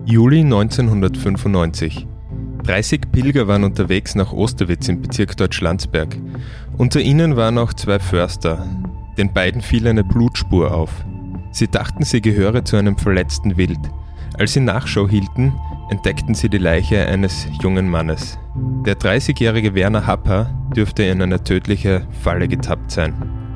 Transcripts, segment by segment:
Juli 1995. 30 Pilger waren unterwegs nach Osterwitz im Bezirk Deutschlandsberg. Unter ihnen waren auch zwei Förster. Den beiden fiel eine Blutspur auf. Sie dachten, sie gehöre zu einem verletzten Wild. Als sie Nachschau hielten, entdeckten sie die Leiche eines jungen Mannes. Der 30-jährige Werner Happer dürfte in eine tödliche Falle getappt sein.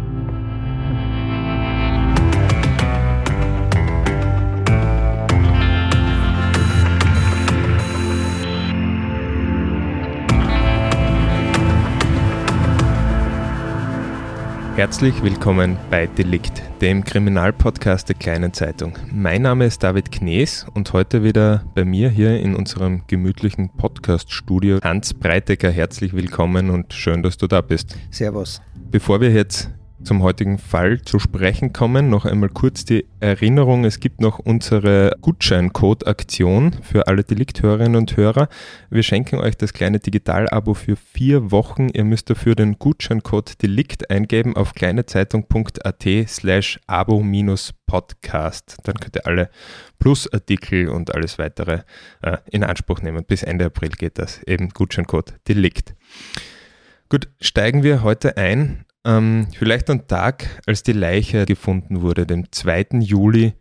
Herzlich willkommen bei Delikt, dem Kriminalpodcast der Kleinen Zeitung. Mein Name ist David Knees und heute wieder bei mir hier in unserem gemütlichen Podcast-Studio Hans Breitecker. Herzlich willkommen und schön, dass du da bist. Servus. Bevor wir jetzt zum heutigen Fall zu sprechen kommen, noch einmal kurz die Erinnerung, es gibt noch unsere Gutscheincode-Aktion für alle Delikt-Hörerinnen und Hörer. Wir schenken euch das kleine Digital-Abo für 4 Wochen. Ihr müsst dafür den Gutscheincode Delikt eingeben auf kleinezeitung.at/abo-podcast. Dann könnt ihr alle Plusartikel und alles weitere in Anspruch nehmen. Bis Ende April geht das. Eben Gutscheincode Delikt. Gut, steigen wir heute ein. Vielleicht am Tag, als die Leiche gefunden wurde, dem 2. Juli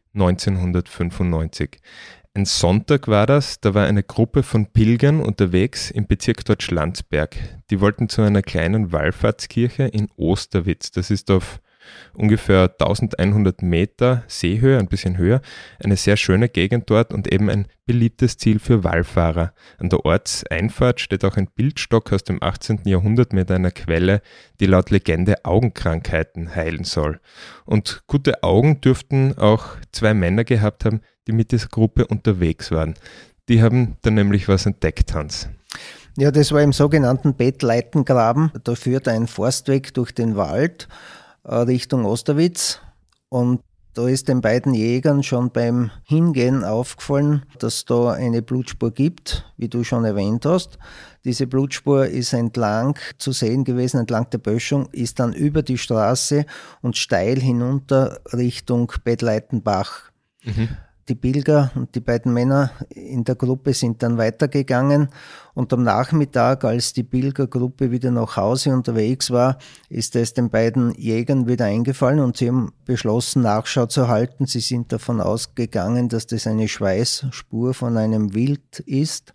1995. Ein Sonntag war das, da war eine Gruppe von Pilgern unterwegs im Bezirk Deutschlandsberg. Die wollten zu einer kleinen Wallfahrtskirche in Osterwitz. Das ist auf ungefähr 1100 Meter Seehöhe, ein bisschen höher. Eine sehr schöne Gegend dort und eben ein beliebtes Ziel für Wallfahrer. An der Ortseinfahrt steht auch ein Bildstock aus dem 18. Jahrhundert mit einer Quelle, die laut Legende Augenkrankheiten heilen soll. Und gute Augen dürften auch 2 Männer gehabt haben, die mit dieser Gruppe unterwegs waren. Die haben dann nämlich was entdeckt, Hans. Ja, das war im sogenannten Bettleitengraben. Da führt ein Forstweg durch den Wald Richtung Osterwitz, und da ist den beiden Jägern schon beim Hingehen aufgefallen, dass da eine Blutspur gibt, wie du schon erwähnt hast. Diese Blutspur ist entlang zu sehen gewesen, entlang der Böschung, ist dann über die Straße und steil hinunter Richtung Bettleitenbach. Die Pilger und die beiden Männer in der Gruppe sind dann weitergegangen, und am Nachmittag, als die Pilgergruppe wieder nach Hause unterwegs war, ist es den beiden Jägern wieder eingefallen und sie haben beschlossen, Nachschau zu halten. Sie sind davon ausgegangen, dass das eine Schweißspur von einem Wild ist.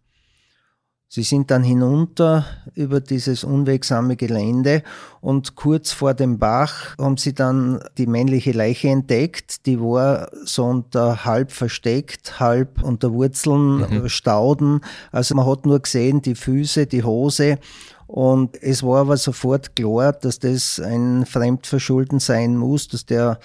Sie sind dann hinunter über dieses unwegsame Gelände und kurz vor dem Bach haben sie dann die männliche Leiche entdeckt. Die war so halb versteckt, halb unter Wurzeln, Stauden. Also man hat nur gesehen die Füße, die Hose, und es war aber sofort klar, dass das ein Fremdverschulden sein muss, dass der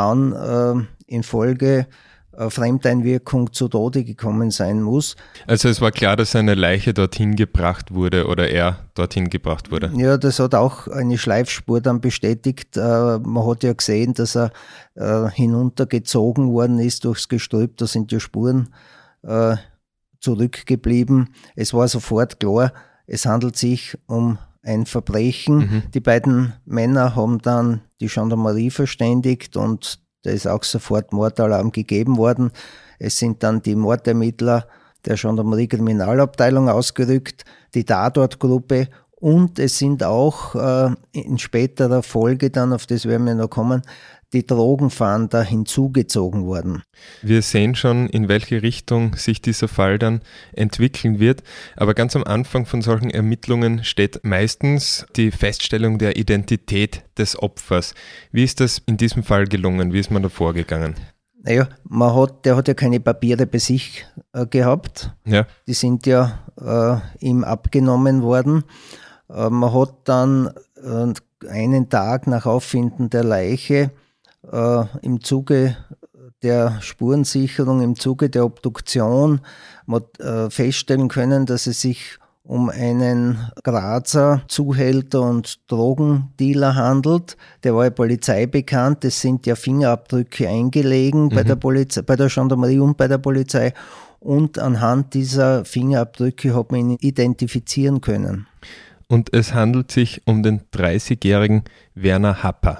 Mann infolge Fremdeinwirkung zu Tode gekommen sein muss. Also es war klar, dass eine Leiche dorthin gebracht wurde oder er dorthin gebracht wurde? Ja, das hat auch eine Schleifspur dann bestätigt. Man hat ja gesehen, dass er hinuntergezogen worden ist durchs Gestrüpp. Da sind ja Spuren zurückgeblieben. Es war sofort klar, es handelt sich um ein Verbrechen. Die beiden Männer haben dann die Gendarmerie verständigt und da ist auch sofort Mordalarm gegeben worden. Es sind dann die Mordermittler der Gendarmerie-Kriminalabteilung ausgerückt, die Tatortgruppe, und es sind auch in späterer Folge dann, auf das werden wir noch kommen, die Drogenfahnder hinzugezogen worden. Wir sehen schon, in welche Richtung sich dieser Fall dann entwickeln wird. Aber ganz am Anfang von solchen Ermittlungen steht meistens die Feststellung der Identität des Opfers. Wie ist das in diesem Fall gelungen? Wie ist man da vorgegangen? Naja, der hat ja keine Papiere bei sich gehabt. Ja. Die sind ja ihm abgenommen worden. Man hat dann einen Tag nach Auffinden der Leiche im Zuge der Spurensicherung, im Zuge der Obduktion feststellen können, dass es sich um einen Grazer Zuhälter und Drogendealer handelt. Der war ja Polizei bekannt. Es sind ja Fingerabdrücke eingelegen bei der Polizei, bei der Gendarmerie und bei der Polizei. Und anhand dieser Fingerabdrücke hat man ihn identifizieren können. Und es handelt sich um den 30-jährigen Werner Happer.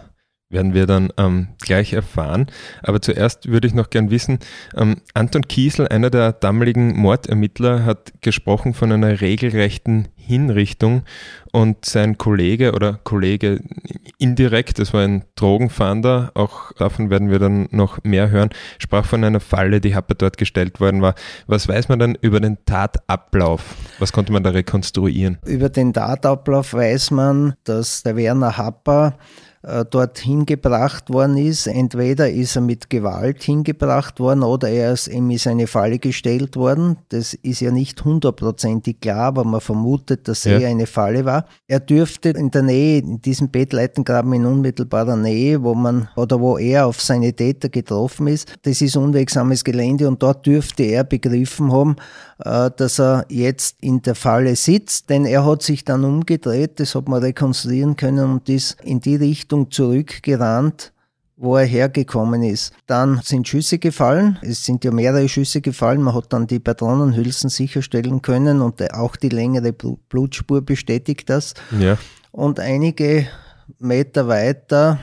werden wir dann gleich erfahren. Aber zuerst würde ich noch gern wissen, Anton Kiesel, einer der damaligen Mordermittler, hat gesprochen von einer regelrechten Hinrichtung und sein Kollege indirekt, das war ein Drogenfahnder, auch davon werden wir dann noch mehr hören, sprach von einer Falle, die Happer dort gestellt worden war. Was weiß man dann über den Tatablauf? Was konnte man da rekonstruieren? Über den Tatablauf weiß man, dass der Werner Happer dorthin gebracht worden ist. Entweder ist er mit Gewalt hingebracht worden oder ihm ist eine Falle gestellt worden. Das ist ja nicht 100% klar, aber man vermutet, dass er eine Falle war. Er dürfte in der Nähe, in diesem Bettleitengraben in unmittelbarer Nähe, wo er auf seine Täter getroffen ist, das ist unwegsames Gelände und dort dürfte er begriffen haben, dass er jetzt in der Falle sitzt, denn er hat sich dann umgedreht, das hat man rekonstruieren können und ist in die Richtung zurückgerannt, wo er hergekommen ist. Dann sind Schüsse gefallen, es sind ja mehrere Schüsse gefallen, man hat dann die Patronenhülsen sicherstellen können und auch die längere Blutspur bestätigt das. Ja. Und einige Meter weiter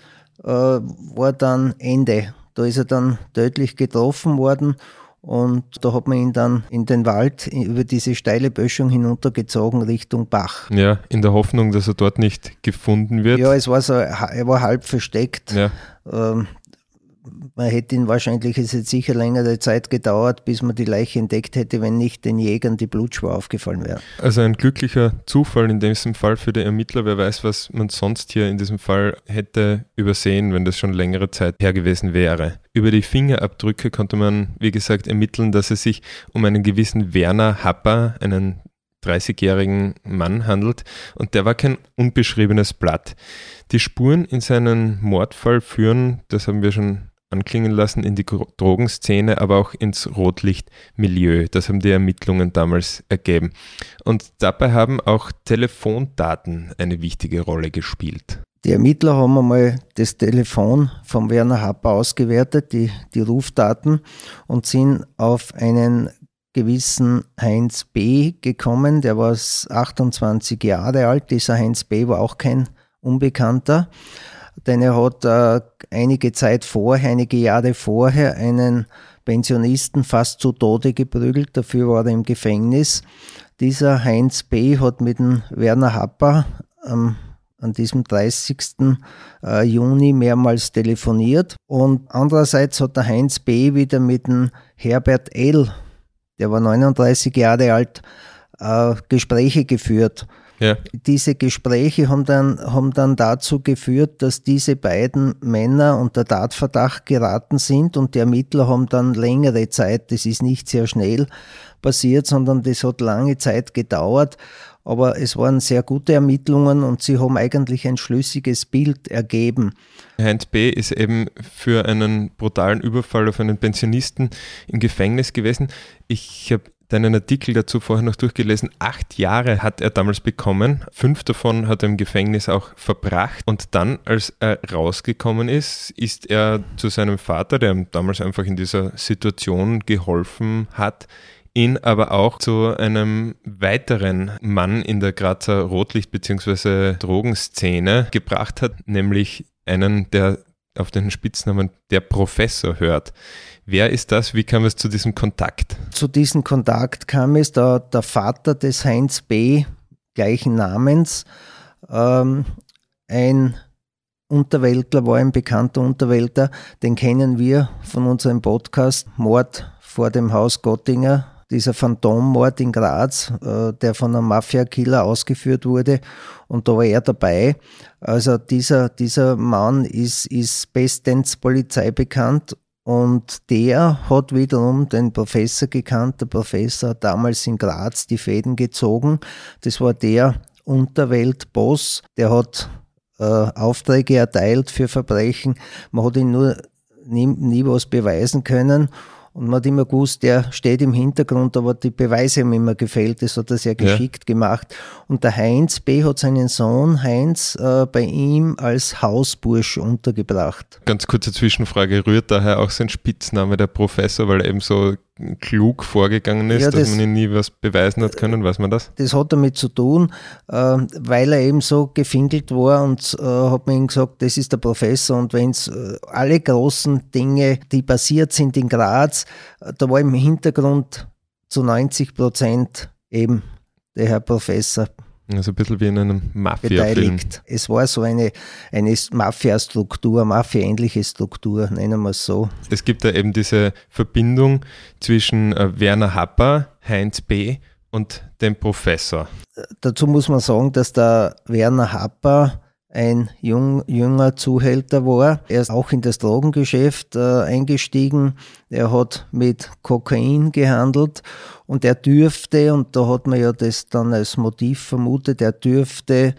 war dann Ende. Da ist er dann tödlich getroffen worden. Und da hat man ihn dann in den Wald über diese steile Böschung hinuntergezogen Richtung Bach. Ja, in der Hoffnung, dass er dort nicht gefunden wird. Ja, er war halb versteckt. Ja. Man hätte ihn wahrscheinlich, es hätte sicher längere Zeit gedauert, bis man die Leiche entdeckt hätte, wenn nicht den Jägern die Blutspur aufgefallen wäre. Also ein glücklicher Zufall in diesem Fall für die Ermittler. Wer weiß, was man sonst hier in diesem Fall hätte übersehen, wenn das schon längere Zeit her gewesen wäre. Über die Fingerabdrücke konnte man, wie gesagt, ermitteln, dass es sich um einen gewissen Werner Happer, einen 30-jährigen Mann handelt und der war kein unbeschriebenes Blatt. Die Spuren in seinen Mordfall führen, das haben wir schon anklingen lassen, in die Drogenszene, aber auch ins Rotlichtmilieu. Das haben die Ermittlungen damals ergeben. Und dabei haben auch Telefondaten eine wichtige Rolle gespielt. Die Ermittler haben einmal das Telefon von Werner Happer ausgewertet, die Rufdaten, und sind auf einen gewissen Heinz B. gekommen. Der war 28 Jahre alt. Dieser Heinz B. war auch kein Unbekannter, denn er hat einige Jahre vorher einen Pensionisten fast zu Tode geprügelt, dafür war er im Gefängnis. Dieser Heinz B. hat mit dem Werner Happer an diesem 30. Juni mehrmals telefoniert und andererseits hat der Heinz B. wieder mit dem Herbert L., der war 39 Jahre alt, Gespräche geführt. Ja. Diese Gespräche haben dann dazu geführt, dass diese beiden Männer unter Tatverdacht geraten sind und die Ermittler haben dann längere Zeit, das ist nicht sehr schnell passiert, sondern das hat lange Zeit gedauert, aber es waren sehr gute Ermittlungen und sie haben eigentlich ein schlüssiges Bild ergeben. Heinz B. ist eben für einen brutalen Überfall auf einen Pensionisten im Gefängnis gewesen. Ich habe deinen Artikel dazu vorher noch durchgelesen. 8 Jahre hat er damals bekommen. 5 davon hat er im Gefängnis auch verbracht. Und dann, als er rausgekommen ist, ist er zu seinem Vater, der ihm damals einfach in dieser Situation geholfen hat, ihn aber auch zu einem weiteren Mann in der Grazer Rotlicht- bzw. Drogenszene gebracht hat, nämlich einen, der auf den Spitznamen der Professor hört. Wer ist das? Wie kam es zu diesem Kontakt? Zu diesem Kontakt kam es, der Vater des Heinz B., gleichen Namens, ein Unterweltler, war ein bekannter Unterweltler, den kennen wir von unserem Podcast Mord vor dem Haus Gottinger, dieser Phantommord in Graz, der von einem Mafia-Killer ausgeführt wurde und da war er dabei. Also dieser Mann ist bestens Polizei bekannt. Und der hat wiederum den Professor gekannt. Der Professor hat damals in Graz die Fäden gezogen. Das war der Unterweltboss, der hat Aufträge erteilt für Verbrechen. Man hat ihn nur nie was beweisen können. Und man hat immer gewusst, der steht im Hintergrund, aber die Beweise haben immer gefehlt. Das hat er sehr geschickt gemacht. Und der Heinz B. hat seinen Sohn Heinz bei ihm als Hausbursch untergebracht. Ganz kurze Zwischenfrage, rührt daher auch sein Spitzname der Professor, weil er eben so klug vorgegangen ist, Ja, dass man ihm nie was beweisen hat können, weiß man das? Das hat damit zu tun, weil er eben so gefinkelt war und hat man ihm gesagt, das ist der Professor, und wenn es alle großen Dinge, die passiert sind in Graz, da war im Hintergrund zu 90% eben der Herr Professor Also ein bisschen wie in einem Mafia-Film. beteiligt. Es war so eine Mafia-Struktur, Mafia-ähnliche Struktur, nennen wir es so. Es gibt da eben diese Verbindung zwischen Werner Happer, Heinz B. und dem Professor. Dazu muss man sagen, dass der Werner Happer ein junger Zuhälter war. Er ist auch in das Drogengeschäft eingestiegen. Er hat mit Kokain gehandelt und er dürfte, und da hat man ja das dann als Motiv vermutet, er dürfte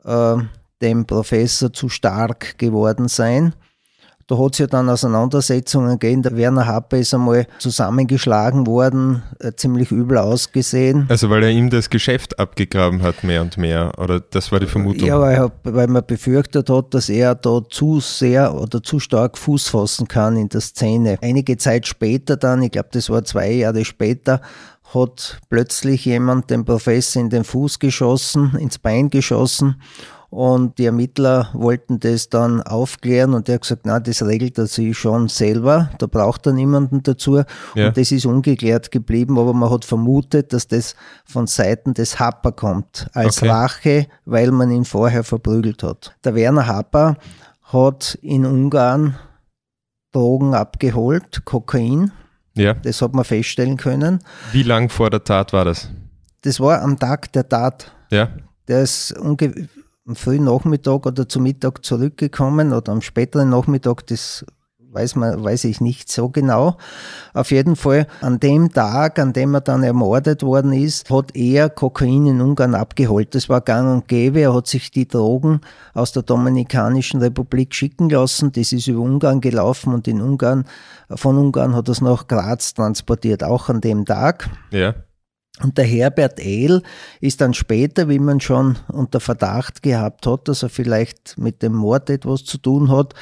dem Professor zu stark geworden sein. Da hat es ja dann Auseinandersetzungen gegeben. Der Werner Happer ist einmal zusammengeschlagen worden, ziemlich übel ausgesehen. Also weil er ihm das Geschäft abgegraben hat, mehr und mehr, oder das war die Vermutung? Ja, weil man befürchtet hat, dass er da zu sehr oder zu stark Fuß fassen kann in der Szene. Einige Zeit später dann, ich glaube, das war 2 Jahre später, hat plötzlich jemand den Professor in den Fuß geschossen, ins Bein geschossen. Und die Ermittler wollten das dann aufklären und er hat gesagt, na, das regelt er sich schon selber, da braucht er niemanden dazu. Ja. Und das ist ungeklärt geblieben, aber man hat vermutet, dass das von Seiten des Happer kommt, als Rache, weil man ihn vorher verprügelt hat. Der Werner Happer hat in Ungarn Drogen abgeholt, Kokain, das hat man feststellen können. Wie lang vor der Tat war das? Das war am Tag der Tat. Ja. Der ist am frühen Nachmittag oder zu Mittag zurückgekommen oder am späteren Nachmittag, das weiß ich nicht so genau. Auf jeden Fall an dem Tag, an dem er dann ermordet worden ist, hat er Kokain in Ungarn abgeholt. Das war gang und gäbe. Er hat sich die Drogen aus der Dominikanischen Republik schicken lassen. Das ist über Ungarn gelaufen und von Ungarn hat er es nach Graz transportiert, auch an dem Tag. Ja. Und der Herbert L. ist dann später, wie man schon unter Verdacht gehabt hat, dass er vielleicht mit dem Mord etwas zu tun hat,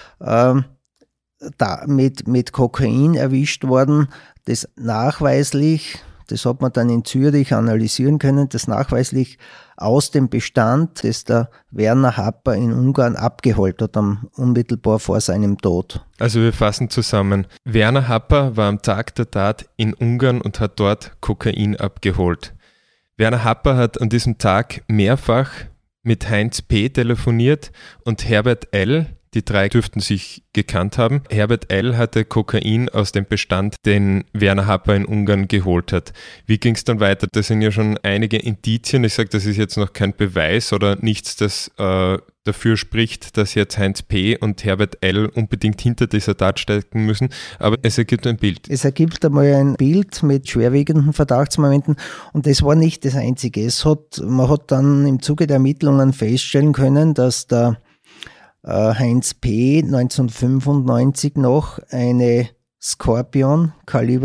mit Kokain erwischt worden, das nachweislich, das hat man dann in Zürich analysieren können, das nachweislich aus dem Bestand, das der Werner Happer in Ungarn abgeholt hat, unmittelbar vor seinem Tod. Also wir fassen zusammen. Werner Happer war am Tag der Tat in Ungarn und hat dort Kokain abgeholt. Werner Happer hat an diesem Tag mehrfach mit Heinz P. telefoniert und Herbert L., die 3 dürften sich gekannt haben. Herbert L. hatte Kokain aus dem Bestand, den Werner Happer in Ungarn geholt hat. Wie ging es dann weiter? Das sind ja schon einige Indizien. Ich sage, das ist jetzt noch kein Beweis oder nichts, das dafür spricht, dass jetzt Heinz P. und Herbert L. unbedingt hinter dieser Tat stecken müssen. Aber es ergibt ein Bild. Es ergibt einmal ein Bild mit schwerwiegenden Verdachtsmomenten und das war nicht das Einzige. Man hat dann im Zuge der Ermittlungen feststellen können, dass der Heinz P. 1995 noch eine Skorpion Kaliber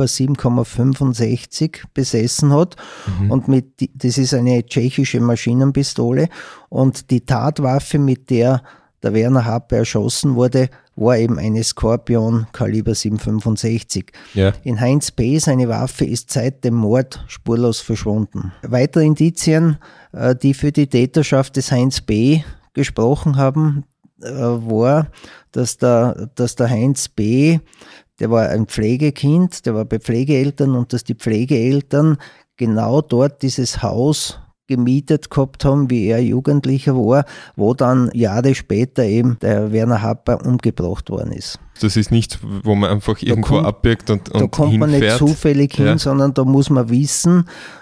7,65 besessen hat und das ist eine tschechische Maschinenpistole und die Tatwaffe, mit der der Werner Happer erschossen wurde, war eben eine Skorpion Kaliber 7,65. Ja. In Heinz P. seine Waffe ist seit dem Mord spurlos verschwunden. Weitere Indizien, die für die Täterschaft des Heinz B. gesprochen haben, war, dass der Heinz B., der war ein Pflegekind, der war bei Pflegeeltern und dass die Pflegeeltern genau dort dieses Haus gemietet gehabt haben, wie er Jugendlicher war, wo dann Jahre später eben der Werner Happer umgebracht worden ist. Das ist nichts, wo man einfach irgendwo abbiegt und hinfährt. Da kommt man nicht zufällig hin, sondern da muss man wissen,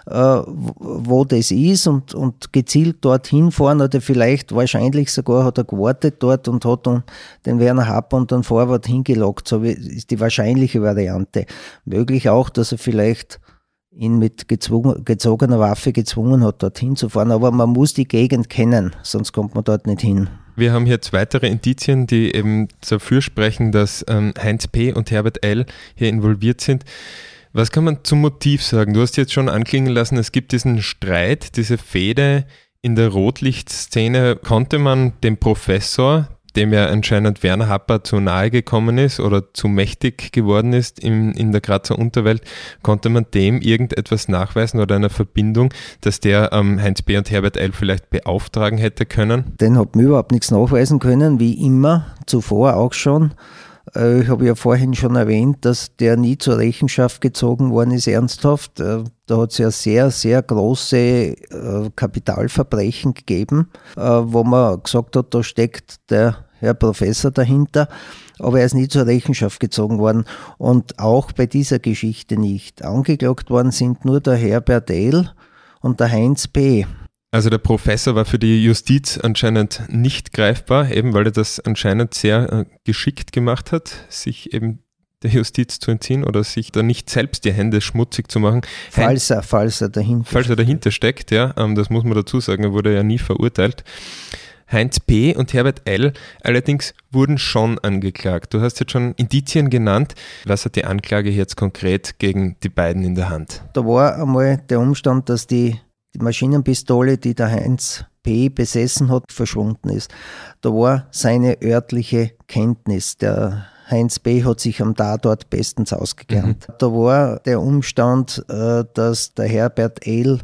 wo das ist und gezielt dorthin fahren oder vielleicht wahrscheinlich sogar hat er gewartet dort und hat dann den Werner Happer und dann Vorwärts hingelockt. So ist die wahrscheinliche Variante. Möglich auch, dass er vielleicht ihn mit gezogener Waffe gezwungen hat, dorthin zu fahren. Aber man muss die Gegend kennen, sonst kommt man dort nicht hin. Wir haben jetzt weitere Indizien, die eben dafür sprechen, dass Heinz P. und Herbert L. hier involviert sind. Was kann man zum Motiv sagen? Du hast jetzt schon anklingen lassen, es gibt diesen Streit, diese Fehde in der Rotlichtszene. Konnte man dem Professor, dem ja anscheinend Werner Happer zu nahe gekommen ist oder zu mächtig geworden ist in der Grazer Unterwelt, konnte man dem irgendetwas nachweisen oder eine Verbindung, dass der Heinz B. und Herbert Eil vielleicht beauftragen hätte können? Den hat mir überhaupt nichts nachweisen können, wie immer, zuvor auch schon. Ich habe ja vorhin schon erwähnt, dass der nie zur Rechenschaft gezogen worden ist, ernsthaft. Da hat es ja sehr, sehr große Kapitalverbrechen gegeben, wo man gesagt hat, da steckt der Herr Professor dahinter, aber er ist nie zur Rechenschaft gezogen worden und auch bei dieser Geschichte nicht. Angeklagt worden sind nur der Herbert Eil und der Heinz B. Also der Professor war für die Justiz anscheinend nicht greifbar, eben weil er das anscheinend sehr geschickt gemacht hat, sich eben der Justiz zu entziehen oder sich da nicht selbst die Hände schmutzig zu machen. Falls er dahinter steckt, ja, das muss man dazu sagen, er wurde ja nie verurteilt. Heinz P. und Herbert Eil allerdings wurden schon angeklagt. Du hast jetzt schon Indizien genannt. Was hat die Anklage jetzt konkret gegen die beiden in der Hand? Da war einmal der Umstand, dass die Maschinenpistole, die der Heinz P. besessen hat, verschwunden ist. Da war seine örtliche Kenntnis. Der Heinz B. hat sich am Tatort bestens ausgekannt. Da war der Umstand, dass der Herbert Eil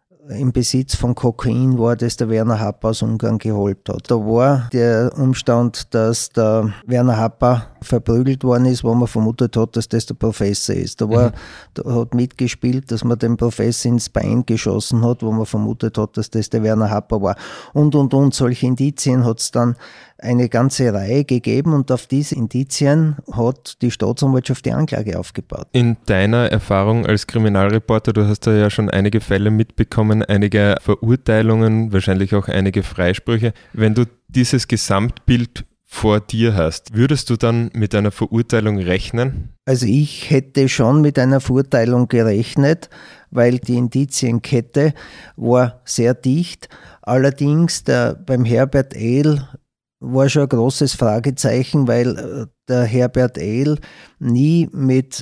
im Besitz von Kokain war, das der Werner Happer aus Ungarn geholt hat. Da war der Umstand, dass der Werner Happer verprügelt worden ist, wo man vermutet hat, dass das der Professor ist. Da hat mitgespielt, dass man den Professor ins Bein geschossen hat, wo man vermutet hat, dass das der Werner Happer war. Und. Solche Indizien hat es dann eine ganze Reihe gegeben und auf diese Indizien hat die Staatsanwaltschaft die Anklage aufgebaut. In deiner Erfahrung als Kriminalreporter, du hast da ja schon einige Fälle mitbekommen, einige Verurteilungen, wahrscheinlich auch einige Freisprüche. Wenn du dieses Gesamtbild vor dir hast, würdest du dann mit einer Verurteilung rechnen? Also ich hätte schon mit einer Verurteilung gerechnet, weil die Indizienkette war sehr dicht. Allerdings beim Herbert Eil war schon ein großes Fragezeichen, weil der Herbert Eil nie mit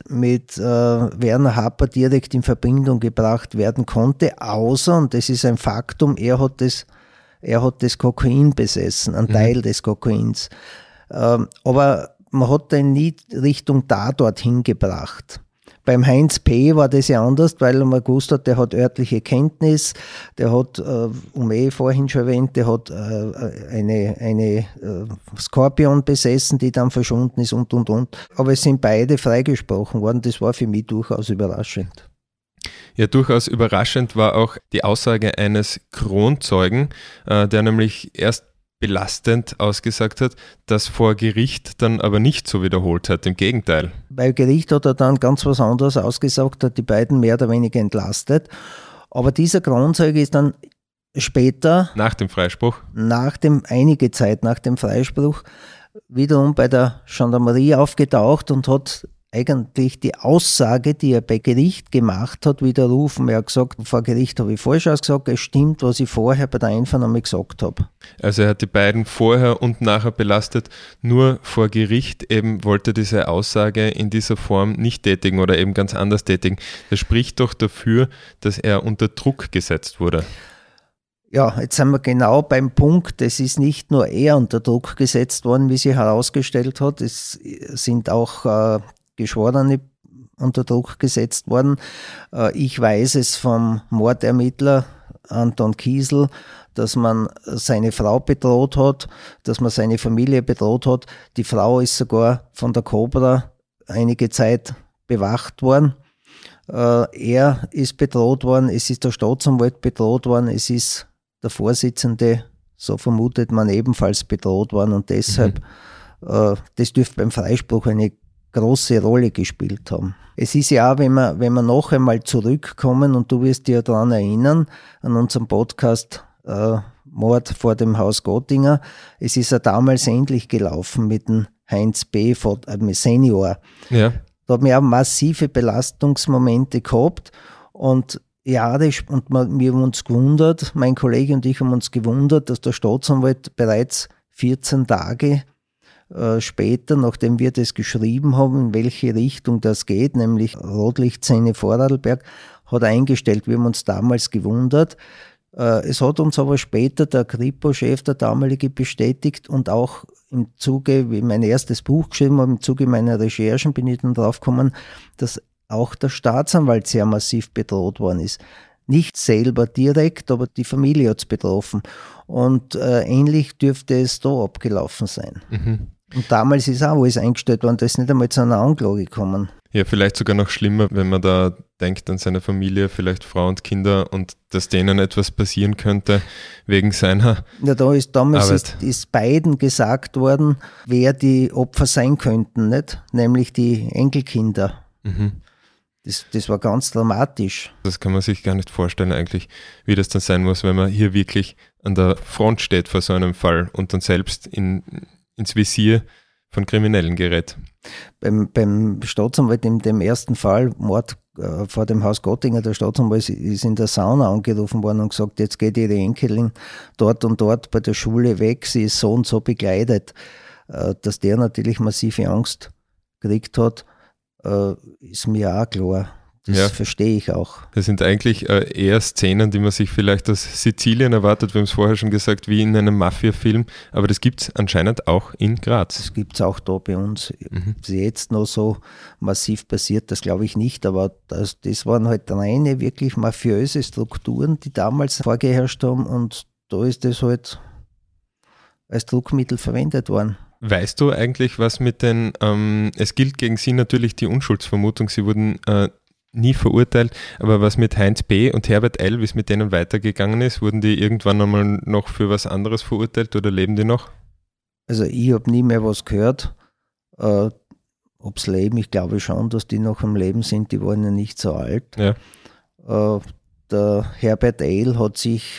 Werner Happer direkt in Verbindung gebracht werden konnte, außer, und das ist ein Faktum, er hat das Kokain besessen, einen Teil des Kokains. Aber man hat den nie Richtung Tatort hingebracht. Beim Heinz P. war das ja anders, weil man gewusst hat, der hat örtliche Kenntnis, der hat, vorhin schon erwähnt, der hat eine Skorpion besessen, die dann verschwunden ist und. Aber es sind beide freigesprochen worden, das war für mich durchaus überraschend. Ja, durchaus überraschend war auch die Aussage eines Kronzeugen, der nämlich erst belastend ausgesagt hat, das vor Gericht dann aber nicht so wiederholt hat, im Gegenteil. Bei Gericht hat er dann ganz was anderes ausgesagt, hat die beiden mehr oder weniger entlastet, aber dieser Kronzeuge ist dann später, nach dem Freispruch, einige Zeit nach dem Freispruch, wiederum bei der Gendarmerie aufgetaucht und hat eigentlich die Aussage, die er bei Gericht gemacht hat, widerrufen. Er hat gesagt, vor Gericht habe ich falsch ausgesagt, es stimmt, was ich vorher bei der Einvernahme gesagt habe. Also er hat die beiden vorher und nachher belastet, nur vor Gericht eben wollte diese Aussage in dieser Form nicht tätigen oder eben ganz anders tätigen. Das spricht doch dafür, dass er unter Druck gesetzt wurde. Ja, jetzt sind wir genau beim Punkt, es ist nicht nur er unter Druck gesetzt worden, wie sie herausgestellt hat, es sind auch Geschworene unter Druck gesetzt worden. Ich weiß es vom Mordermittler Anton Kiesel, dass man seine Frau bedroht hat, dass man seine Familie bedroht hat. Die Frau ist sogar von der Cobra einige Zeit bewacht worden. Er ist bedroht worden, es ist der Staatsanwalt bedroht worden, es ist der Vorsitzende, so vermutet man, ebenfalls bedroht worden und deshalb, das dürfte beim Freispruch eine große Rolle gespielt haben. Es ist ja auch, wenn wir noch einmal zurückkommen, und du wirst dir daran erinnern, an unserem Podcast Mord vor dem Haus Gottinger, es ist ja damals ähnlich gelaufen mit dem Heinz B. Senior. Ja. Da haben wir auch massive Belastungsmomente gehabt und wir haben uns gewundert, mein Kollege und ich haben uns gewundert, dass der Staatsanwalt bereits 14 Tage später, nachdem wir das geschrieben haben, in welche Richtung das geht, nämlich Rotlichtszene Vorarlberg, hat er eingestellt. Wir haben uns damals gewundert. Es hat uns aber später der Kripo-Chef, der damalige, bestätigt und auch im Zuge, wie ich mein erstes Buch geschrieben habe, im Zuge meiner Recherchen bin ich dann drauf gekommen, dass auch der Staatsanwalt sehr massiv bedroht worden ist. Nicht selber direkt, aber die Familie hat es betroffen. Und ähnlich dürfte es da abgelaufen sein. Mhm. Und damals ist auch alles eingestellt worden, da ist nicht einmal zu einer Anklage gekommen. Ja, vielleicht sogar noch schlimmer, wenn man da denkt an seine Familie, vielleicht Frau und Kinder und dass denen etwas passieren könnte wegen seiner Ja, damals Arbeit. ist beiden gesagt worden, wer die Opfer sein könnten, nicht? Nämlich die Enkelkinder. Mhm. Das war ganz dramatisch. Das kann man sich gar nicht vorstellen eigentlich, wie das dann sein muss, wenn man hier wirklich an der Front steht vor so einem Fall und dann selbst ins Visier von Kriminellen gerät. Beim Staatsanwalt in dem ersten Fall, Mord vor dem Haus Gottinger, der Staatsanwalt ist in der Sauna angerufen worden und gesagt, jetzt geht ihre Enkelin dort und dort bei der Schule weg, sie ist so und so begleitet. Dass der natürlich massive Angst gekriegt hat, ist mir auch klar. Das verstehe ich auch. Das sind eigentlich eher Szenen, die man sich vielleicht aus Sizilien erwartet, wir haben es vorher schon gesagt, wie in einem Mafia-Film, aber das gibt es anscheinend auch in Graz. Das gibt es auch da bei uns. Ist jetzt noch so massiv passiert, das glaube ich nicht, aber das waren halt reine, wirklich mafiöse Strukturen, die damals vorgeherrscht haben und da ist das halt als Druckmittel verwendet worden. Weißt du eigentlich, was mit den, es gilt gegen Sie natürlich die Unschuldsvermutung, Sie wurden nie verurteilt, aber was mit Heinz B. und Herbert L., wie es mit denen weitergegangen ist, wurden die irgendwann einmal noch für was anderes verurteilt oder leben die noch? Also ich habe nie mehr was gehört, ob sie leben, ich glaube schon, dass die noch am Leben sind, die waren ja nicht so alt. Ja. Der Herbert L. hat sich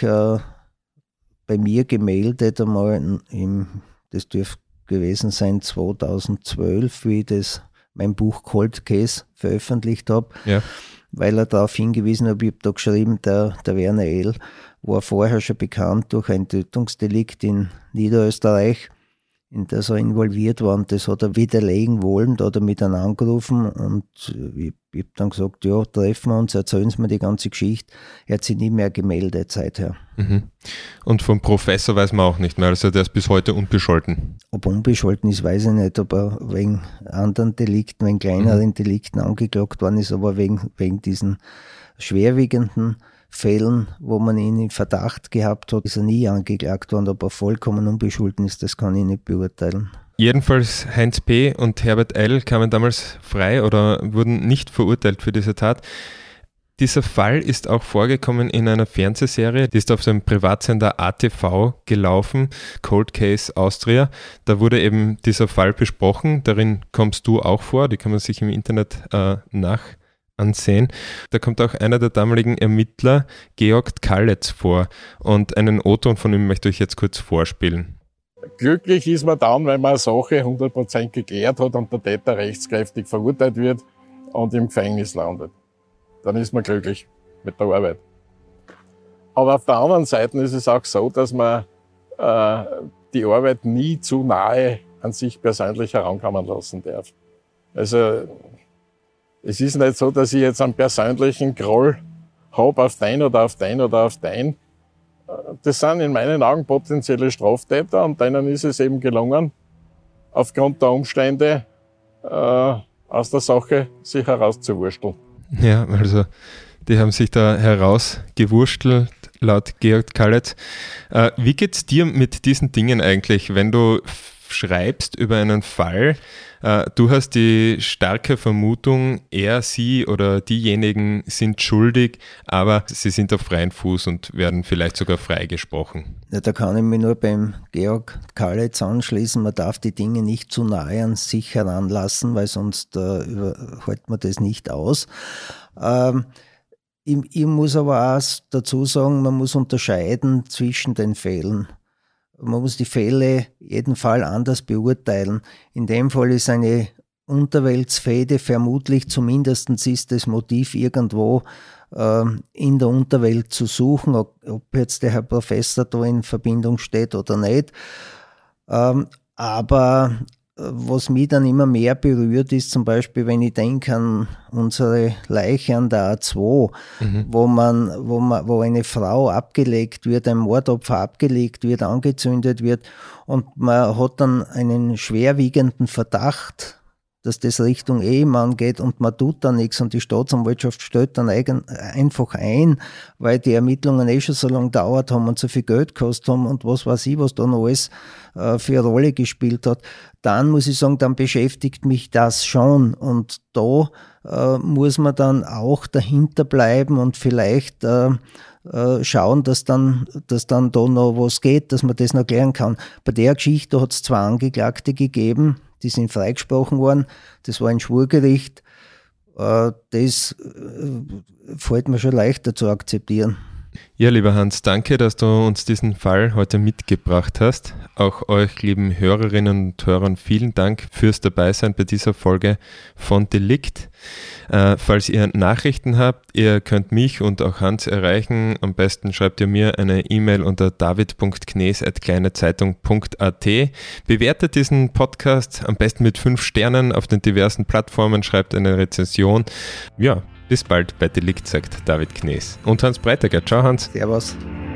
bei mir gemeldet einmal das dürfte gewesen sein 2012, wie ich mein Buch Cold Case veröffentlicht habe, weil er darauf hingewiesen hat, ich habe da geschrieben, der Werner L. war vorher schon bekannt durch ein Tötungsdelikt in Niederösterreich, in das er involviert war und das hat er widerlegen wollen, da hat er mich dann angerufen und ich habe dann gesagt, ja, treffen wir uns, erzählen Sie mir die ganze Geschichte. Er hat sich nie mehr gemeldet seither. Mhm. Und vom Professor weiß man auch nicht mehr, also der ist bis heute unbescholten. Ob unbescholten ist, weiß ich nicht, ob er wegen anderen Delikten, wegen kleineren Delikten angeklagt worden ist, aber wegen diesen schwerwiegenden Fällen, wo man ihn in Verdacht gehabt hat, ist er nie angeklagt worden. Ob er vollkommen unbescholten ist, das kann ich nicht beurteilen. Jedenfalls Heinz P. und Herbert L. kamen damals frei oder wurden nicht verurteilt für diese Tat. Dieser Fall ist auch vorgekommen in einer Fernsehserie, die ist auf dem Privatsender ATV gelaufen, Cold Case Austria. Da wurde eben dieser Fall besprochen, darin kommst du auch vor, die kann man sich im Internet ansehen. Da kommt auch einer der damaligen Ermittler, Georg Kallitz, vor und einen O-Ton von ihm möchte ich jetzt kurz vorspielen. Glücklich ist man dann, wenn man eine Sache 100% geklärt hat und der Täter rechtskräftig verurteilt wird und im Gefängnis landet. Dann ist man glücklich mit der Arbeit. Aber auf der anderen Seite ist es auch so, dass man die Arbeit nie zu nahe an sich persönlich herankommen lassen darf. Also es ist nicht so, dass ich jetzt einen persönlichen Groll habe auf den oder auf den oder auf den. Das sind in meinen Augen potenzielle Straftäter und denen ist es eben gelungen, aufgrund der Umstände aus der Sache sich herauszuwursteln. Ja, also die haben sich da herausgewurstelt, laut Georg Kallitz. Wie geht's dir mit diesen Dingen eigentlich, wenn du schreibst über einen Fall? Du hast die starke Vermutung, er, sie oder diejenigen sind schuldig, aber sie sind auf freien Fuß und werden vielleicht sogar freigesprochen. Ja, da kann ich mich nur beim Georg Kallitz anschließen, man darf die Dinge nicht zu nahe an sich heranlassen, weil sonst hält man das nicht aus. Ich muss aber auch dazu sagen, man muss unterscheiden zwischen den Fällen. Man muss die Fälle jeden Fall anders beurteilen. In dem Fall ist eine Unterweltsfehde vermutlich, zumindest ist das Motiv irgendwo in der Unterwelt zu suchen, ob jetzt der Herr Professor da in Verbindung steht oder nicht. Aber was mich dann immer mehr berührt, ist zum Beispiel, wenn ich denke an unsere Leiche an der A2, wo eine Frau abgelegt wird, ein Mordopfer abgelegt wird, angezündet wird und man hat dann einen schwerwiegenden Verdacht, dass das Richtung Ehemann geht und man tut da nichts und die Staatsanwaltschaft stellt dann einfach ein, weil die Ermittlungen schon so lange gedauert haben und so viel Geld gekostet haben und was weiß ich, was da noch alles für eine Rolle gespielt hat, dann muss ich sagen, dann beschäftigt mich das schon und da muss man dann auch dahinter bleiben und vielleicht schauen, dass dann da noch was geht, dass man das noch klären kann. Bei der Geschichte hat es 2 Angeklagte gegeben, die sind freigesprochen worden. Das war ein Schwurgericht. Das fällt mir schon leichter zu akzeptieren. Ja, lieber Hans, danke, dass du uns diesen Fall heute mitgebracht hast. Auch euch, lieben Hörerinnen und Hörern, vielen Dank fürs Dabeisein bei dieser Folge von Delikt. Falls ihr Nachrichten habt, ihr könnt mich und auch Hans erreichen. Am besten schreibt ihr mir eine E-Mail unter david.knees@kleinezeitung.at. Bewertet diesen Podcast am besten mit 5 Sternen auf den diversen Plattformen, schreibt eine Rezension. Ja, bis bald bei Delikt, sagt David Knees. Und Hans Breitiger. Ciao, Hans. Servus.